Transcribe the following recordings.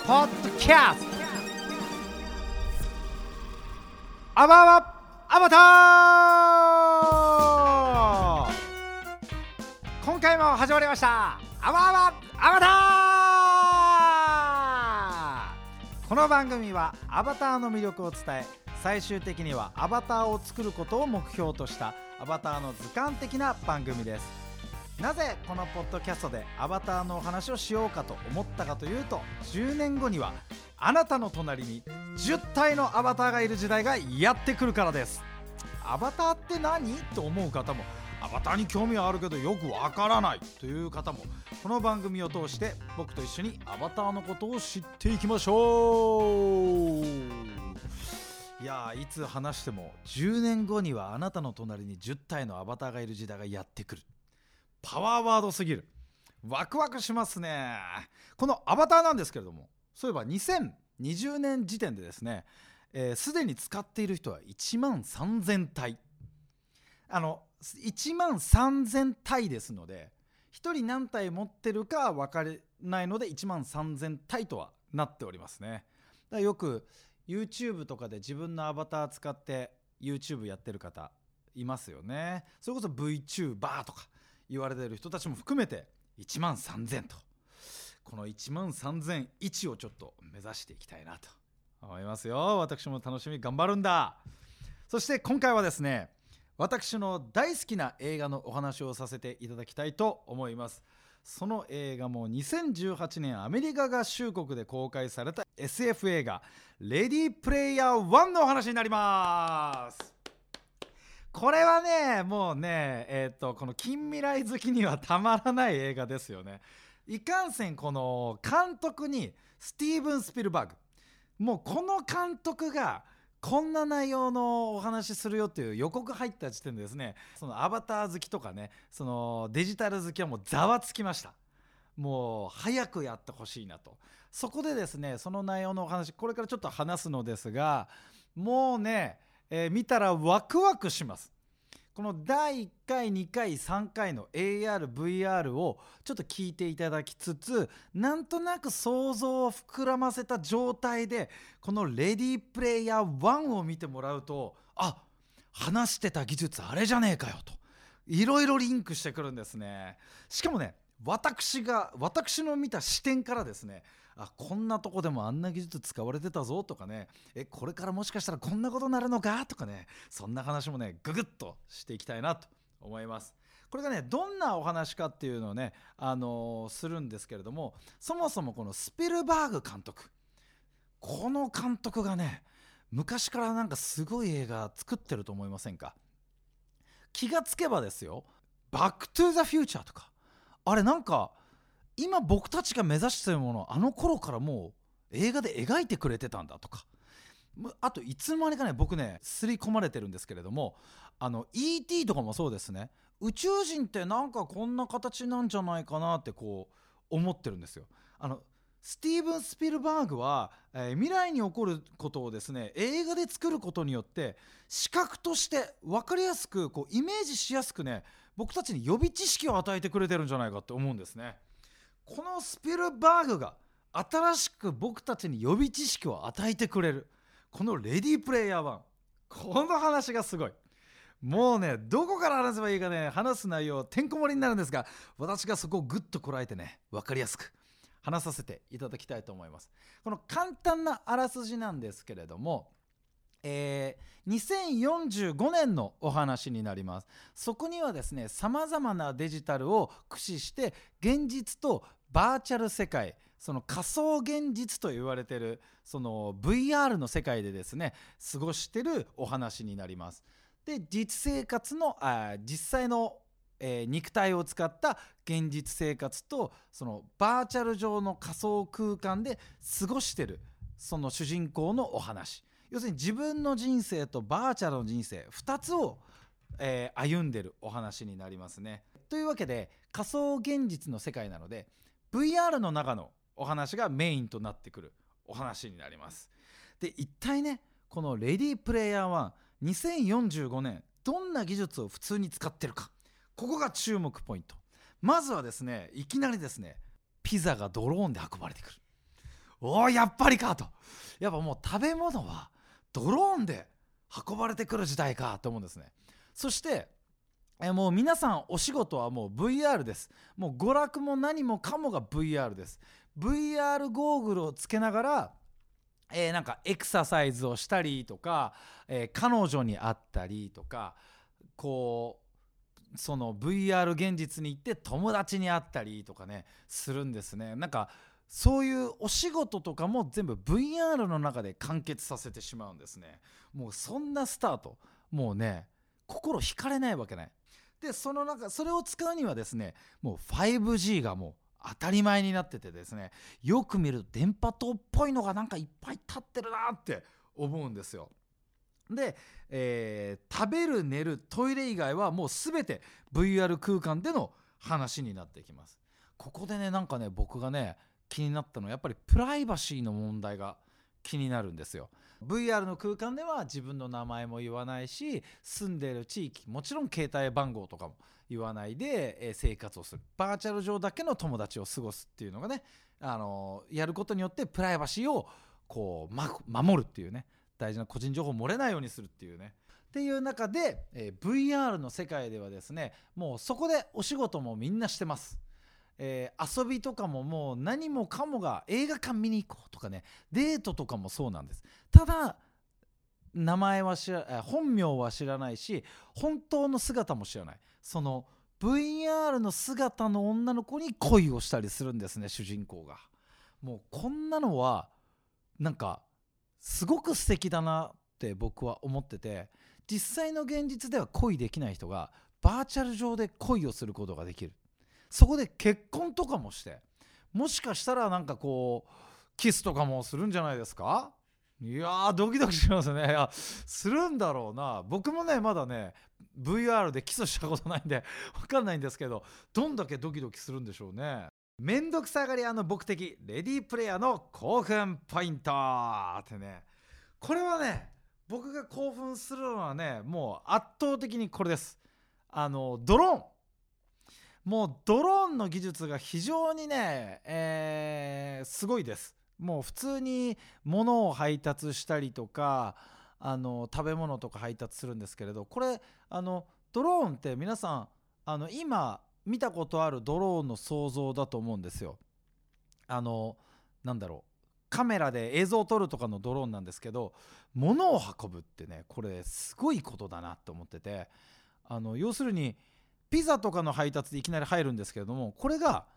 ポッドキャストアバター。今回も始まりましたアバター。この番組はアバターの魅力を伝え、最終的にはアバターを作ることを目標としたアバターの図鑑的な番組です。なぜこのポッドキャストでアバターのお話をしようかと思ったかというと、10年後にはあなたの隣に10体のアバターがいる時代がやってくるからです。アバターって何と思う方も、アバターに興味はあるけどよくわからないという方も、この番組を通して僕と一緒にアバターのことを知っていきましょう。いや、いつ話しても10年後にはあなたの隣に10体のアバターがいる時代がやってくる。パワーワードすぎる。ワクワクしますね。このアバターなんですけれども、そういえば2020年時点でですね、すでに使っている人は1万3000体。1万3000体ですので、1人何体持ってるか分からないので1万3000体とはなっておりますね。だからよく YouTube とかで自分のアバター使って YouTube やってる方いますよね。それこそ VTuber とか言われている人たちも含めて1万3000と、この1万3001をちょっと目指していきたいなと思いますよ。私も楽しみ頑張るんだ。そして今回はですね、私の大好きな映画のお話をさせていただきたいと思います。その映画も2018年アメリカ合衆国で公開された SF 映画レディープレイヤー1のお話になります。これはね、もうね、この近未来好きにはたまらない映画ですよね。いかんせんこの監督にスティーブン・スピルバーグ、もうこの監督がこんな内容のお話するよっていう予告入った時点でですね、そのアバター好きとかね、そのデジタル好きはもうざわつきました。もう早くやってほしいなと。そこでですね、その内容のお話これからちょっと話すのですが、もうね、見たらワクワクします。この第1回2回3回の AR、VR をちょっと聞いていただきつつ、なんとなく想像を膨らませた状態でこのレディープレイヤー1を見てもらうと、あ、話してた技術あれじゃねえかよといろいろリンクしてくるんですね。しかもね、私の見た視点からですね、あ、こんなとこでもあんな技術使われてたぞとかね、これからもしかしたらこんなことになるのかとかね、そんな話もねググッとしていきたいなと思います。これがね、どんなお話かっていうのをね、するんですけれども、そもそもこのスピルバーグ監督、この監督がね、昔からなんかすごい映画作ってると思いませんか？気がつけばですよ、バックトゥーザフューチャーとか、あれなんか今僕たちが目指しているものをあの頃からもう映画で描いてくれてたんだとか、あといつの間にかね、僕ね刷り込まれてるんですけれども、ET とかもそうですね。宇宙人ってなんかこんな形なんじゃないかなってこう思ってるんですよ。スティーブン・スピルバーグは、未来に起こることをですね、映画で作ることによって視覚として分かりやすくこうイメージしやすくね、僕たちに予備知識を与えてくれてるんじゃないかって思うんですね。このスピルバーグが新しく僕たちに予備知識を与えてくれるこのレディープレイヤー1、この話がすごい。もうね、どこから話せばいいかね、話す内容てんこ盛りになるんですが、私がそこをグッとこらえてね、分かりやすく話させていただきたいと思います。この簡単なあらすじなんですけれども、2045年のお話になります。そこにはですね、さまざまなデジタルを駆使して現実とバーチャル世界、その仮想現実と言われているその VR の世界でですね過ごしているお話になります。で、実生活の実際の、肉体を使った現実生活とそのバーチャル上の仮想空間で過ごしているその主人公のお話、要するに自分の人生とバーチャルの人生2つを、歩んでるお話になりますね。というわけで仮想現実の世界なので VR の中のお話がメインとなってくるお話になります。で、一体ね、このレディープレイヤー1、2045年どんな技術を普通に使ってるか、ここが注目ポイント。まずはですね、いきなりですね、ピザがドローンで運ばれてくる。 おーやっぱりかと、やっぱもう食べ物はドローンで運ばれてくる時代かと思うんですね。そしてもう皆さんお仕事はもう VR です。もう娯楽も何もかもが VR です。 VR ゴーグルをつけながら、なんかエクササイズをしたりとか、彼女に会ったりとか、こうその VR 現実に行って友達に会ったりとかねするんですね。なんかそういうお仕事とかも全部 VR の中で完結させてしまうんですね。もうそんなスタート、もうね心惹かれないわけない。でその中それを使うにはですね、もう 5G がもう当たり前になっててですね、よく見ると電波塔っぽいのがなんかいっぱい立ってるなって思うんですよ。で、食べる寝るトイレ以外はもう全て VR 空間での話になってきます。ここでねなんかね僕がね気になったのはやっぱりプライバシーの問題が気になるんですよ。 VR の空間では自分の名前も言わないし、住んでいる地域もちろん携帯番号とかも言わないで、生活をする、バーチャル上だけの友達を過ごすっていうのがね、やることによってプライバシーをこう、守るっていうね、大事な個人情報漏れないようにするっていうねっていう中で、VR の世界ではですね、もうそこでお仕事もみんなしてます。遊びとかももう何もかもが映画館見に行こうとかね、デートとかもそうなんです。ただ名前は本名は知らないし、本当の姿も知らない、その VR の姿の女の子に恋をしたりするんですね、主人公が。もうこんなのはなんかすごく素敵だなって僕は思ってて、実際の現実では恋できない人がバーチャル上で恋をすることができる。そこで結婚とかもして、もしかしたらなんかこうキスとかもするんじゃないですか。いやードキドキしますね。いやするんだろうな。僕もねまだね VR でキスしたことないんで分かんないんですけど、どんだけドキドキするんでしょうね。めんどくさがり屋の僕的レディープレイヤーの興奮ポイントってね、これはね僕が興奮するのはねもう圧倒的にこれです。ドローン、もうドローンの技術が非常にね、すごいです。もう普通に物を配達したりとか、食べ物とか配達するんですけれど、これドローンって皆さん今見たことあるドローンの想像だと思うんですよ。なんだろう、カメラで映像を撮るとかのドローンなんですけど、物を運ぶってねこれすごいことだなと思ってて、要するにピザとかの配達でいきなり入るんですけれども、これが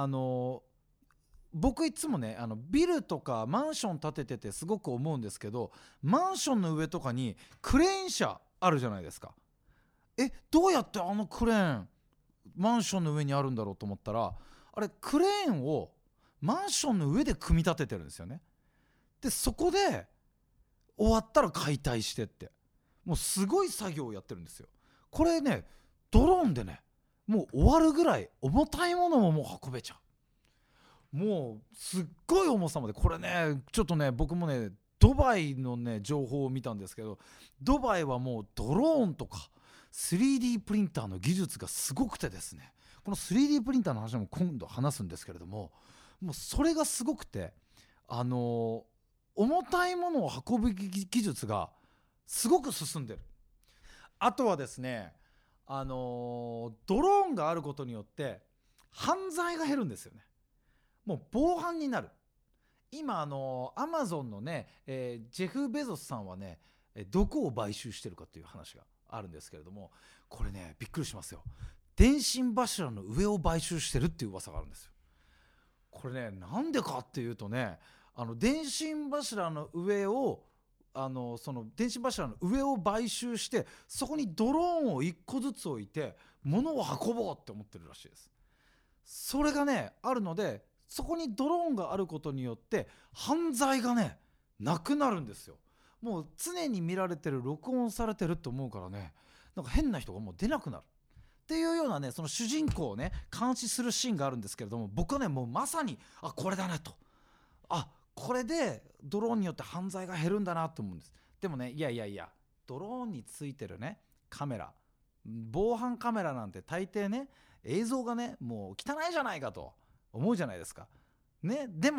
僕いつもねビルとかマンション建てててすごく思うんですけど、マンションの上とかにクレーン車あるじゃないですか。どうやってあのクレーンマンションの上にあるんだろうと思ったら、あれクレーンをマンションの上で組み立ててるんですよね。でそこで終わったら解体してって、もうすごい作業をやってるんですよ。これねドローンでねもう終わるぐらい重たいものももう運べちゃう。もうすっごい重さまで、これねちょっとね僕もねドバイのね情報を見たんですけど、ドバイはもうドローンとか 3D プリンターの技術がすごくてですね、この 3D プリンターの話も今度話すんですけれども、もうそれがすごくて、重たいものを運ぶ技術がすごく進んでる。あとはですね、ドローンがあることによって犯罪が減るんですよね。もう防犯になる。今アマゾンのね、ジェフ・ベゾスさんはねどこを買収してるかっていう話があるんですけれども、これねびっくりしますよ。電信柱の上を買収してるっていう噂があるんですよ。これねなんでかっていうとね、電信柱の上をその電信柱の上を買収して、そこにドローンを1個ずつ置いて物を運ぼうって思ってるらしいです。それがねあるので、そこにドローンがあることによって犯罪がねなくなるんですよ。もう常に見られてる、録音されてると思うからね、なんか変な人がもう出なくなるっていうようなね、その主人公をね監視するシーンがあるんですけれども、僕はねもうまさにこれだねと、これでドローンによって犯罪が減るんだなと思うんです。でもねいやドローンについてるねカメラ、防犯カメラなんて大抵ね映像がねもう汚いじゃないかと思うじゃないですかね。でもね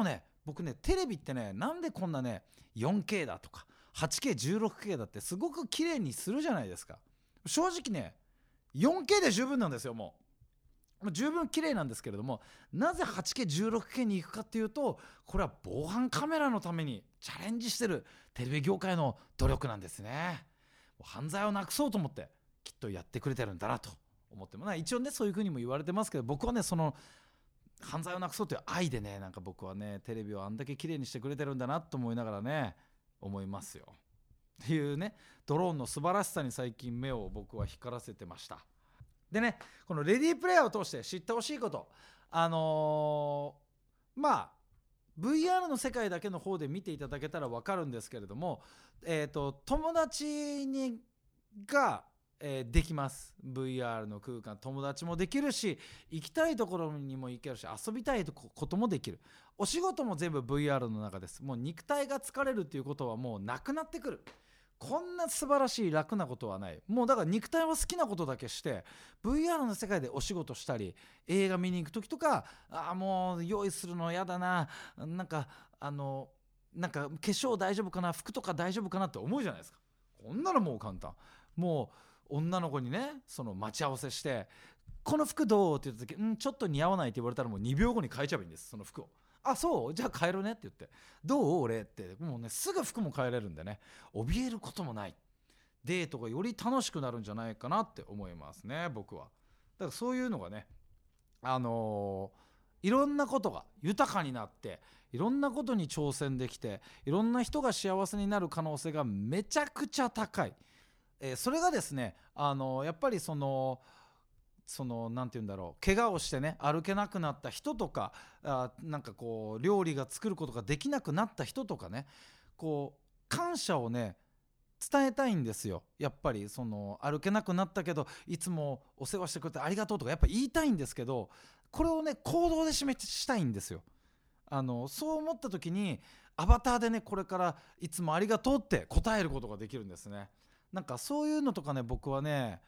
僕ねテレビってねなんでこんなね 4K だとか 8K16K だってすごく綺麗にするじゃないですか。正直ね 4K で十分なんですよ。もう十分綺麗なんですけれども、なぜ 8K16K に行くかっていうと、これは防犯カメラのためにチャレンジしてるテレビ業界の努力なんですね。犯罪をなくそうと思ってきっとやってくれてるんだなと思っても、一応ねそういう風にも言われてますけど、僕はねその犯罪をなくそうという愛でね、なんか僕はねテレビをあんだけ綺麗にしてくれてるんだなと思いながらね思いますよっていうね、ドローンの素晴らしさに最近目を僕は光らせてました。でね、このレディープレイヤーを通して知ってほしいこと、VR の世界だけの方で見ていただけたら分かるんですけれども、友達ができます。 VR の空間、友達もできるし、行きたいところにも行けるし、遊びたいこともできる。お仕事も全部 VR の中です。もう肉体が疲れるっていうことはもうなくなってくる。こんな素晴らしい楽なことはない。もうだから肉体は好きなことだけして VR の世界でお仕事したり、映画見に行く時とか、もう用意するのやだな、なんか化粧大丈夫かな、服とか大丈夫かなって思うじゃないですか。こんなのもう簡単。もう女の子にねその待ち合わせして、この服どうって言った時、ちょっと似合わないって言われたらもう2秒後に変えちゃえばいいんです、その服を。そうじゃあ変えるねって言って、どう俺って、もうねすぐ服も変えれるんでね、怯えることもない。デートがより楽しくなるんじゃないかなって思いますね、僕は。だからそういうのがね、いろんなことが豊かになって、いろんなことに挑戦できて、いろんな人が幸せになる可能性がめちゃくちゃ高い。それがですね、やっぱりそのなんて言うんだろう、怪我をしてね歩けなくなった人とか、なんかこう料理が作ることができなくなった人とかね、こう感謝をね伝えたいんですよ。やっぱりその歩けなくなったけどいつもお世話してくれてありがとうとかやっぱ言いたいんですけど、これをね行動で示したいんですよ。そう思った時にアバターでねこれからいつもありがとうって答えることができるんですね。なんかそういうのとかね、僕はね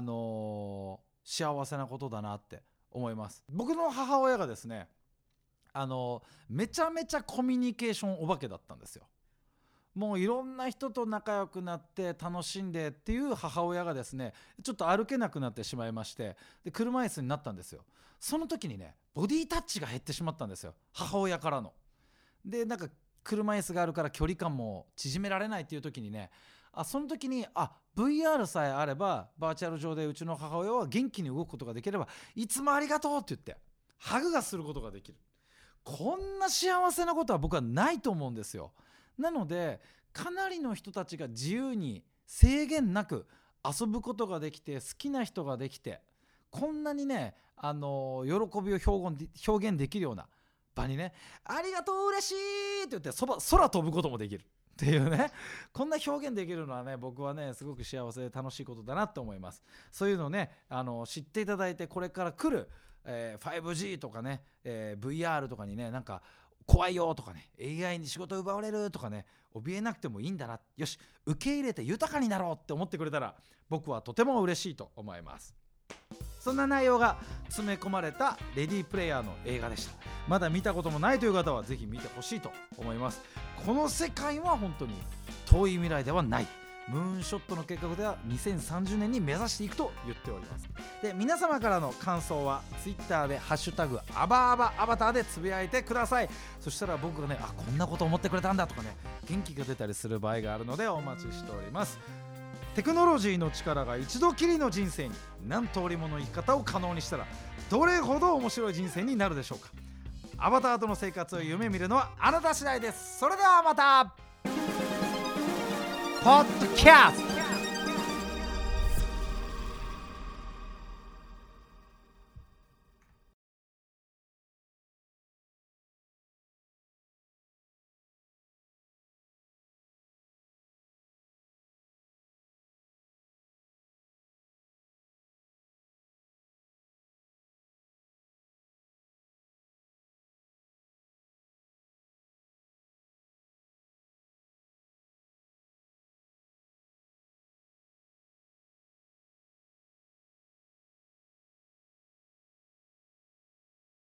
幸せなことだなって思います。僕の母親がですねめちゃめちゃコミュニケーションお化けだったんですよ。もういろんな人と仲良くなって楽しんでっていう母親がですね、ちょっと歩けなくなってしまいまして、で車椅子になったんですよ。その時にねボディタッチが減ってしまったんですよ、母親からの。でなんか車椅子があるから距離感も縮められないっていう時にね、その時にVR さえあればバーチャル上でうちの母親は元気に動くことができれば、いつもありがとうって言ってハグがすることができる。こんな幸せなことは僕はないと思うんですよ。なのでかなりの人たちが自由に制限なく遊ぶことができて、好きな人ができて、こんなにね喜びを表現できるような場にね、ありがとう嬉しいって言って空飛ぶこともできるっていうね、こんな表現できるのはね僕はねすごく幸せで楽しいことだなと思います。そういうのをね知っていただいて、これから来る、5G とかね、VR とかにねなんか怖いよとかね、 AI に仕事奪われるとかね、怯えなくてもいいんだな、よし受け入れて豊かになろうって思ってくれたら僕はとても嬉しいと思います。そんな内容が詰め込まれたレディープレイヤーの映画でした。まだ見たこともないという方はぜひ見てほしいと思います。この世界は本当に遠い未来ではない。ムーンショットの計画では2030年に目指していくと言っております。で皆様からの感想は Twitter でハッシュタグアバターでつぶやいてください。そしたら僕がねこんなこと思ってくれたんだとかね、元気が出たりする場合があるのでお待ちしております。テクノロジーの力が一度きりの人生に何通りもの生き方を可能にしたらどれほど面白い人生になるでしょうか。アバターとの生活を夢見るのはあなた次第です。それではまたポッドキャスト